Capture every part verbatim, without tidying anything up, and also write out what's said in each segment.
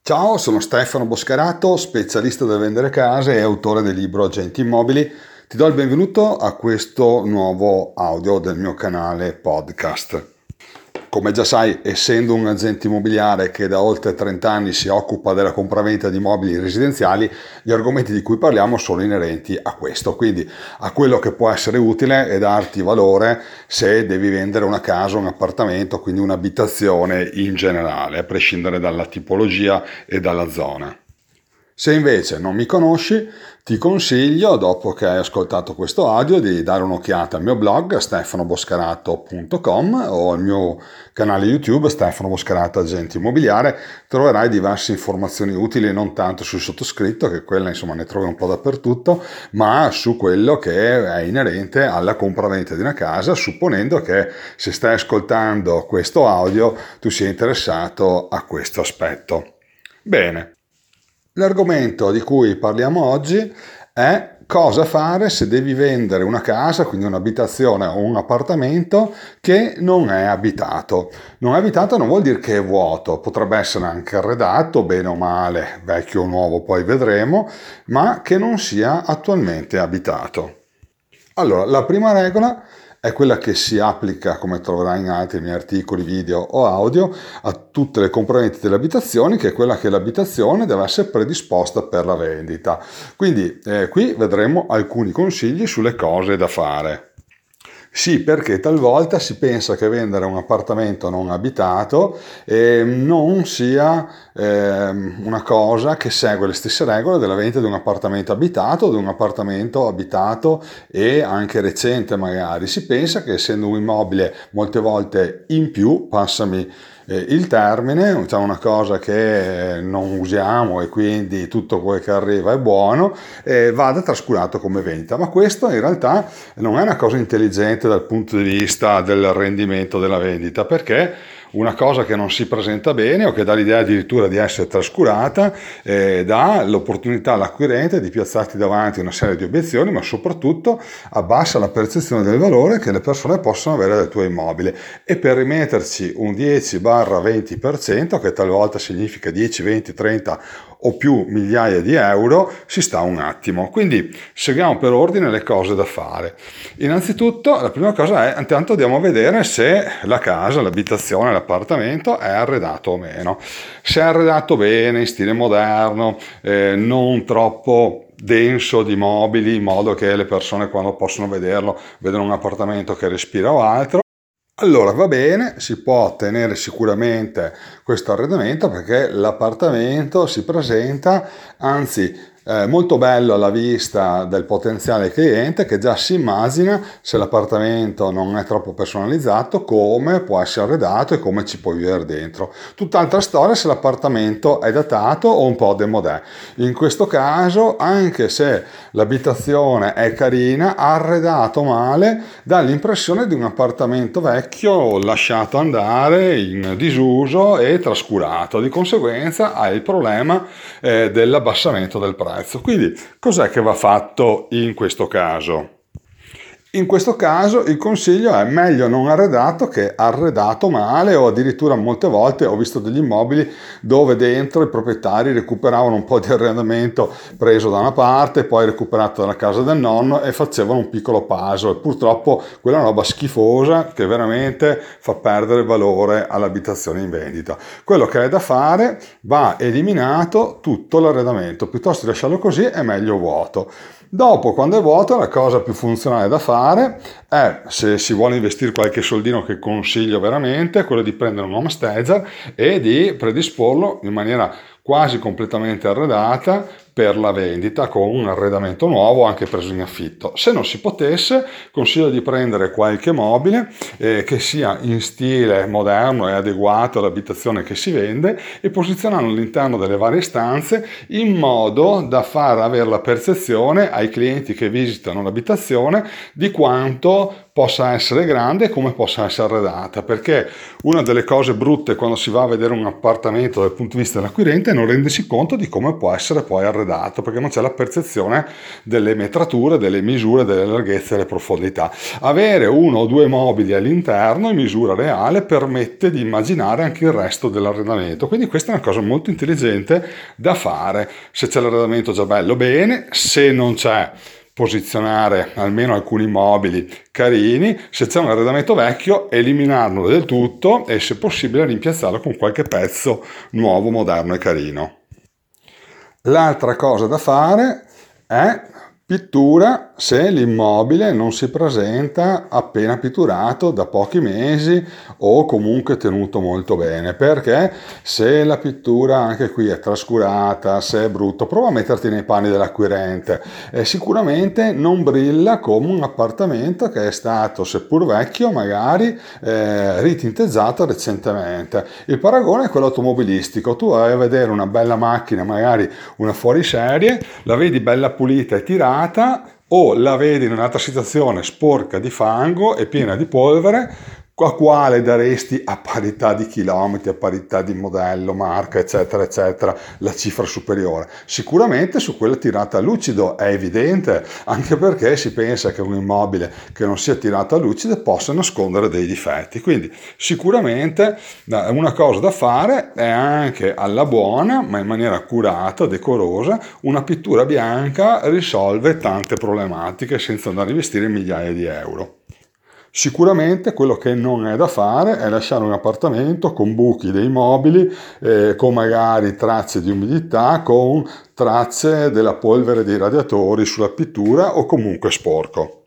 Ciao, sono Stefano Boscarato, specialista del vendere case e autore del libro Agenti Immobili. Ti do il benvenuto a questo nuovo audio del mio canale podcast. Come già sai, essendo un agente immobiliare che da oltre trenta anni si occupa della compravendita di immobili residenziali, gli argomenti di cui parliamo sono inerenti a questo, quindi a quello che può essere utile e darti valore se devi vendere una casa, un appartamento, quindi un'abitazione in generale, a prescindere dalla tipologia e dalla zona. Se invece non mi conosci, ti consiglio, dopo che hai ascoltato questo audio, di dare un'occhiata al mio blog stefano boscarato punto com o al mio canale YouTube Stefano Boscarato Agente Immobiliare. Troverai diverse informazioni utili, non tanto sul sottoscritto, che quella insomma ne trovi un po' dappertutto, ma su quello che è inerente alla compravendita di una casa, supponendo che se stai ascoltando questo audio tu sia interessato a questo aspetto. Bene. L'argomento di cui parliamo oggi è cosa fare se devi vendere una casa, quindi un'abitazione o un appartamento che non è abitato. Non è abitato non vuol dire che è vuoto, potrebbe essere anche arredato, bene o male, vecchio o nuovo, poi vedremo, ma che non sia attualmente abitato. Allora, la prima regola è quella che si applica, come troverai in altri miei articoli, video o audio, a tutte le compravendite delle abitazioni, che è quella che l'abitazione deve essere predisposta per la vendita. Quindi eh, qui vedremo alcuni consigli sulle cose da fare. Sì, perché talvolta si pensa che vendere un appartamento non abitato eh, non sia eh, una cosa che segue le stesse regole della vendita di un appartamento abitato o di un appartamento abitato e anche recente magari. Si pensa che essendo un immobile molte volte in più, passami eh, il termine, diciamo una cosa che non usiamo e quindi tutto quel che arriva è buono, eh, vada trascurato come vendita. Ma questo in realtà non è una cosa intelligente dal punto di vista del rendimento della vendita, perché una cosa che non si presenta bene o che dà l'idea addirittura di essere trascurata eh, dà l'opportunità all'acquirente di piazzarti davanti una serie di obiezioni, ma soprattutto abbassa la percezione del valore che le persone possono avere del tuo immobile, e per rimetterci un dieci venti per cento, che talvolta significa dieci, venti, trenta o più migliaia di euro, si sta un attimo. Quindi seguiamo per ordine le cose da fare. Innanzitutto la prima cosa è, intanto andiamo a vedere se la casa, l'abitazione, l'appartamento è arredato o meno. Se è arredato bene, in stile moderno, eh, non troppo denso di mobili, in modo che le persone quando possono vederlo vedono un appartamento che respira o altro, allora va bene, si può ottenere sicuramente questo arredamento, perché l'appartamento si presenta, anzi eh, molto bello alla vista del potenziale cliente, che già si immagina, se l'appartamento non è troppo personalizzato, come può essere arredato e come ci può vivere dentro. Tutt'altra storia se l'appartamento è datato o un po' démodé. In questo caso, anche se l'abitazione è carina, arredato male, dà l'impressione di un appartamento vecchio lasciato andare in disuso e trascurato. Di conseguenza hai il problema eh, dell'abbassamento del prezzo. Quindi cos'è che va fatto in questo caso? In questo caso il consiglio è meglio non arredato che arredato male, o addirittura molte volte ho visto degli immobili dove dentro i proprietari recuperavano un po' di arredamento preso da una parte, poi recuperato dalla casa del nonno, e facevano un piccolo puzzle. Purtroppo quella è una roba schifosa che veramente fa perdere valore all'abitazione in vendita. Quello che è da fare: va eliminato tutto l'arredamento, piuttosto di lasciarlo così è meglio vuoto. Dopo, quando è vuoto, la cosa più funzionale da fare è, se si vuole investire qualche soldino, che consiglio veramente, quello di prendere un home stager e di predisporlo in maniera quasi completamente arredata per la vendita, con un arredamento nuovo anche preso in affitto. Se non si potesse, consiglio di prendere qualche mobile eh, che sia in stile moderno e adeguato all'abitazione che si vende, e posizionarlo all'interno delle varie stanze in modo da far avere la percezione ai clienti che visitano l'abitazione di quanto possa essere grande e come possa essere arredata, perché una delle cose brutte quando si va a vedere un appartamento dal punto di vista dell'acquirente è non rendersi conto di come può essere poi arredata arredato, perché non c'è la percezione delle metrature, delle misure, delle larghezze e delle profondità. Avere uno o due mobili all'interno in misura reale permette di immaginare anche il resto dell'arredamento, quindi questa è una cosa molto intelligente da fare. Se c'è l'arredamento già bello, bene; se non c'è, posizionare almeno alcuni mobili carini; se c'è un arredamento vecchio, eliminarlo del tutto e, se possibile, rimpiazzarlo con qualche pezzo nuovo, moderno e carino. L'altra cosa da fare è pittura se l'immobile non si presenta appena pitturato da pochi mesi o comunque tenuto molto bene, perché se la pittura anche qui è trascurata, se è brutto, prova a metterti nei panni dell'acquirente, e sicuramente non brilla come un appartamento che è stato, seppur vecchio, magari eh, ritintezzato recentemente. Il paragone è quello automobilistico: tu vai a vedere una bella macchina, magari una fuoriserie, la vedi bella pulita e tirata, o la vedi in un'altra situazione sporca di fango e piena di polvere, a quale daresti, a parità di chilometri, a parità di modello, marca, eccetera eccetera, la cifra superiore? Sicuramente su quella tirata a lucido, è evidente, anche perché si pensa che un immobile che non sia tirato a lucido possa nascondere dei difetti. Quindi sicuramente una cosa da fare è anche, alla buona ma in maniera accurata, decorosa, una pittura bianca risolve tante problematiche senza andare a investire migliaia di euro. Sicuramente quello che non è da fare è lasciare un appartamento con buchi dei mobili, eh, con magari tracce di umidità, con tracce della polvere dei radiatori sulla pittura, o comunque sporco.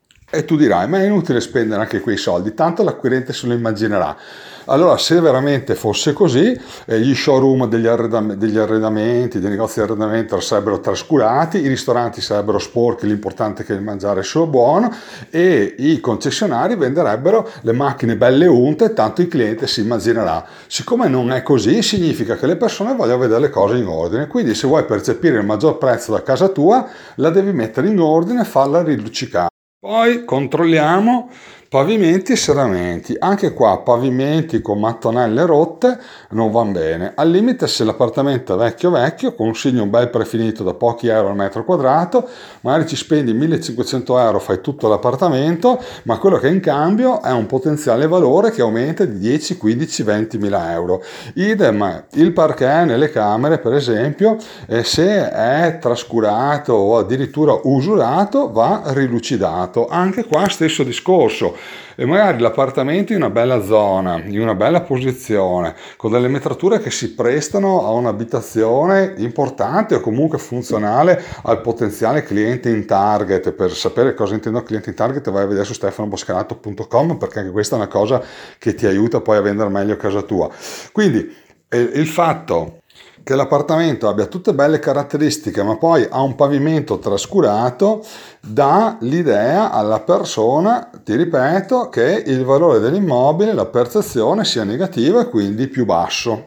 E tu dirai: ma è inutile spendere anche quei soldi, tanto l'acquirente se lo immaginerà. Allora, se veramente fosse così, eh, gli showroom degli, arredam- degli arredamenti, dei negozi di arredamento sarebbero trascurati, i ristoranti sarebbero sporchi, l'importante è che il mangiare sia buono, e i concessionari venderebbero le macchine belle unte, tanto il cliente si immaginerà. Siccome non è così, significa che le persone vogliono vedere le cose in ordine, quindi se vuoi percepire il maggior prezzo da casa tua, la devi mettere in ordine e farla riluccicare. Poi controlliamo pavimenti e serramenti. Anche qua pavimenti con mattonelle rotte non vanno bene. Al limite, se l'appartamento è vecchio vecchio, consiglio un bel prefinito da pochi euro al metro quadrato, magari ci spendi millecinquecento euro, fai tutto l'appartamento, ma quello che in cambio è un potenziale valore che aumenta di dieci, quindici, venti mila euro. Idem il parquet nelle camere, per esempio, eh, se è trascurato o addirittura usurato, va rilucidato. Anche qua stesso discorso, e magari l'appartamento in una bella zona, in una bella posizione, con delle metrature che si prestano a un'abitazione importante o comunque funzionale al potenziale cliente in target. Per sapere cosa intendo cliente in target, vai a vedere su stefano boscherato punto com, perché anche questa è una cosa che ti aiuta poi a vendere meglio casa tua. Quindi il fatto che l'appartamento abbia tutte belle caratteristiche ma poi ha un pavimento trascurato dà l'idea alla persona, ti ripeto, che il valore dell'immobile, la percezione, sia negativa e quindi più basso.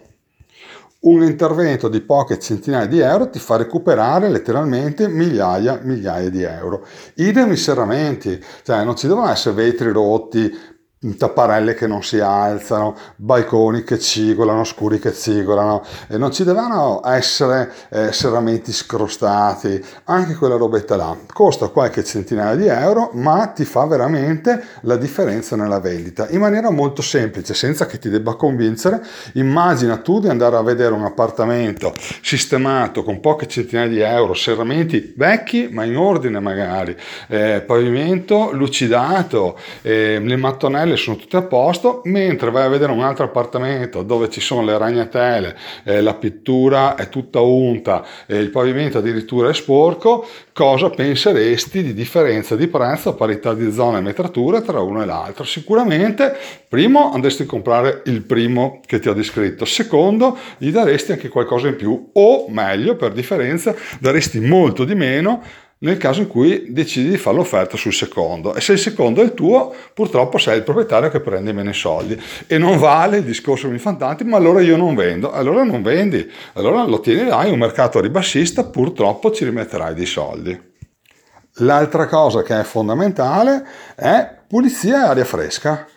Un intervento di poche centinaia di euro ti fa recuperare letteralmente migliaia migliaia di euro. Idem i serramenti, cioè non ci devono essere vetri rotti, tapparelle che non si alzano, balconi che cigolano, scuri che cigolano, e non ci devono essere eh, serramenti scrostati. Anche quella robetta là costa qualche centinaia di euro, ma ti fa veramente la differenza nella vendita, in maniera molto semplice, senza che ti debba convincere. Immagina tu di andare a vedere un appartamento sistemato con poche centinaia di euro, serramenti vecchi ma in ordine, magari eh, pavimento lucidato, eh, le mattonelle sono tutte a posto, mentre vai a vedere un altro appartamento dove ci sono le ragnatele, eh, la pittura è tutta unta e il pavimento addirittura è sporco. Cosa penseresti di differenza di prezzo a parità di zone e metrature tra uno e l'altro? Sicuramente, primo, andresti a comprare il primo che ti ho descritto, secondo, gli daresti anche qualcosa in più, o meglio, per differenza, daresti molto di meno nel caso in cui decidi di fare l'offerta sul secondo, e se il secondo è il tuo, purtroppo sei il proprietario che prende meno soldi, e non vale il discorso infantanti: ma allora io non vendo. Allora non vendi, allora lo tieni là, in un mercato ribassista purtroppo ci rimetterai dei soldi. L'altra cosa che è fondamentale è pulizia e aria fresca.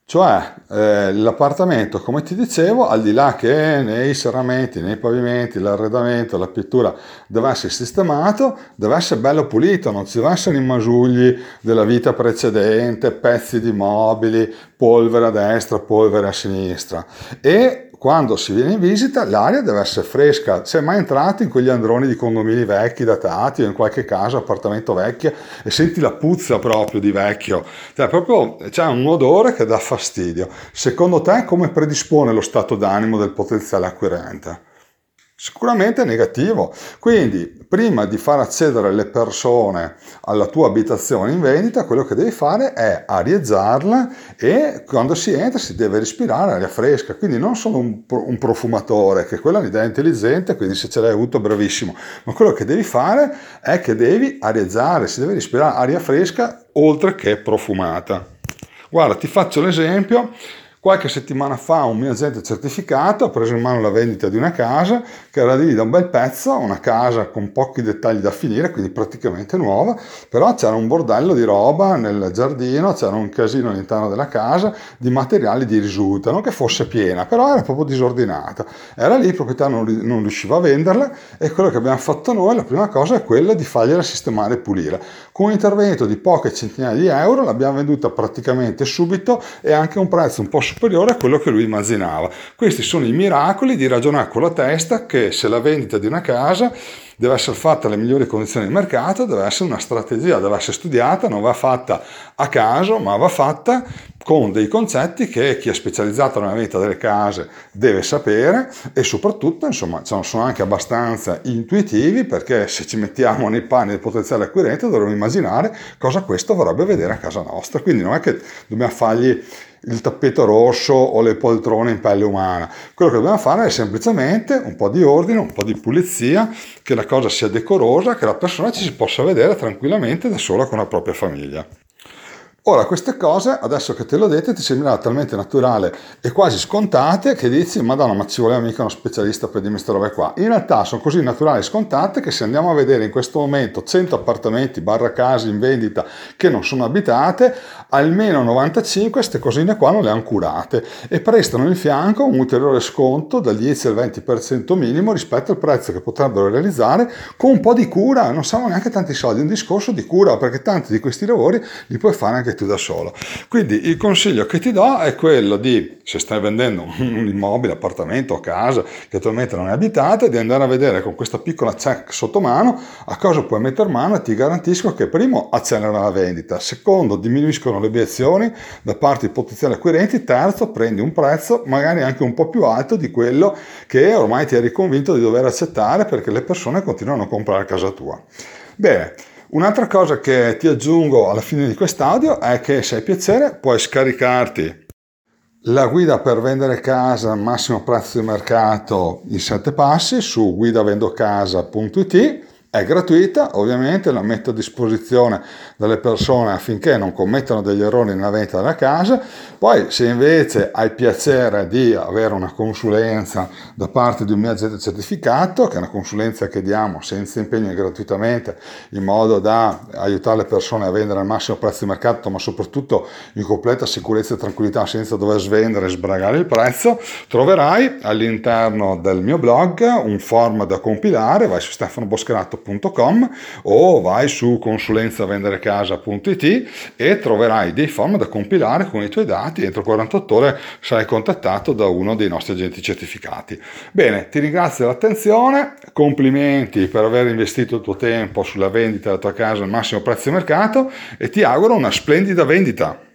Cioè eh, l'appartamento, come ti dicevo, al di là che nei serramenti, nei pavimenti, l'arredamento, la pittura deve essere sistemato, deve essere bello pulito, non ci devono essere i masugli della vita precedente, pezzi di mobili, polvere a destra, polvere a sinistra. E quando si viene in visita l'aria deve essere fresca. Sei mai entrato in quegli androni di condomini vecchi, datati, o in qualche casa, appartamento vecchio, e senti la puzza proprio di vecchio? Cioè, proprio c'è un odore che dà fastidio. Secondo te come predispone lo stato d'animo del potenziale acquirente? Sicuramente negativo. Quindi, prima di far accedere le persone alla tua abitazione in vendita, quello che devi fare è arieggiarla, e quando si entra si deve respirare aria fresca. Quindi non solo un, un profumatore, che quella è un'idea intelligente, quindi se ce l'hai avuto bravissimo, ma quello che devi fare è che devi arieggiare, si deve respirare aria fresca oltre che profumata. Guarda, ti faccio l'esempio. Qualche settimana fa un mio agente certificato ha preso in mano la vendita di una casa che era lì da un bel pezzo, una casa con pochi dettagli da finire, quindi praticamente nuova, però c'era un bordello di roba nel giardino, c'era un casino all'interno della casa di materiali di risulta, non che fosse piena, però era proprio disordinata. Era lì, il proprietario non, non riusciva a venderla, e quello che abbiamo fatto noi, la prima cosa è quella di fargliela sistemare e pulire. Con un intervento di poche centinaia di euro l'abbiamo venduta praticamente subito, e anche a un prezzo un po' superiore a quello che lui immaginava. Questi sono i miracoli di ragionare con la testa, che se la vendita di una casa deve essere fatta alle migliori condizioni di mercato, deve essere una strategia, deve essere studiata, non va fatta a caso, ma va fatta con dei concetti che chi è specializzato nella vendita delle case deve sapere, e soprattutto, insomma, sono anche abbastanza intuitivi, perché se ci mettiamo nei panni del potenziale acquirente dovremmo immaginare cosa questo vorrebbe vedere a casa nostra. Quindi non è che dobbiamo fargli il tappeto rosso o le poltrone in pelle umana. Quello che dobbiamo fare è semplicemente un po' di ordine, un po' di pulizia, che la cosa sia decorosa, che la persona ci si possa vedere tranquillamente da sola con la propria famiglia. Ora, queste cose, adesso che te l'ho dette, ti sembrerà talmente naturale e quasi scontate che dici: Madonna, ma ci voleva mica uno specialista per dirmi queste robe qua. In realtà sono così naturali e scontate che, se andiamo a vedere in questo momento cento appartamenti barra case in vendita che non sono abitate, almeno novantacinque queste cosine qua non le hanno curate, e prestano in fianco un ulteriore sconto dal dieci al venti per cento minimo rispetto al prezzo che potrebbero realizzare con un po' di cura. Non siamo neanche tanti soldi, è un discorso di cura, perché tanti di questi lavori li puoi fare anche tu da solo. Quindi il consiglio che ti do è quello di, se stai vendendo un immobile, appartamento o casa che attualmente non è abitata, di andare a vedere con questa piccola check sotto mano a cosa puoi mettere mano, e ti garantisco che, primo, accelera la vendita, secondo, diminuiscono le obiezioni da parte di potenziali acquirenti, terzo, prendi un prezzo magari anche un po' più alto di quello che ormai ti eri convinto di dover accettare, perché le persone continuano a comprare a casa tua. Bene. Un'altra cosa che ti aggiungo alla fine di quest'audio è che, se hai piacere, puoi scaricarti la guida per vendere casa al massimo prezzo di mercato in sette passi su guida vendo casa punto it. È gratuita, ovviamente la metto a disposizione delle persone affinché non commettano degli errori nella vendita della casa. Poi, se invece hai piacere di avere una consulenza da parte di un mio agente certificato, che è una consulenza che diamo senza impegno e gratuitamente, in modo da aiutare le persone a vendere al massimo prezzo di mercato, ma soprattutto in completa sicurezza e tranquillità, senza dover svendere e sbragare il prezzo, troverai all'interno del mio blog un form da compilare. Vai su stefano boscherato punto com o vai su consulenza vendere casa punto it e troverai dei form da compilare con i tuoi dati. Entro quarantotto ore sarai contattato da uno dei nostri agenti certificati. Bene, ti ringrazio dell'attenzione, complimenti per aver investito il tuo tempo sulla vendita della tua casa al massimo prezzo di mercato, e ti auguro una splendida vendita.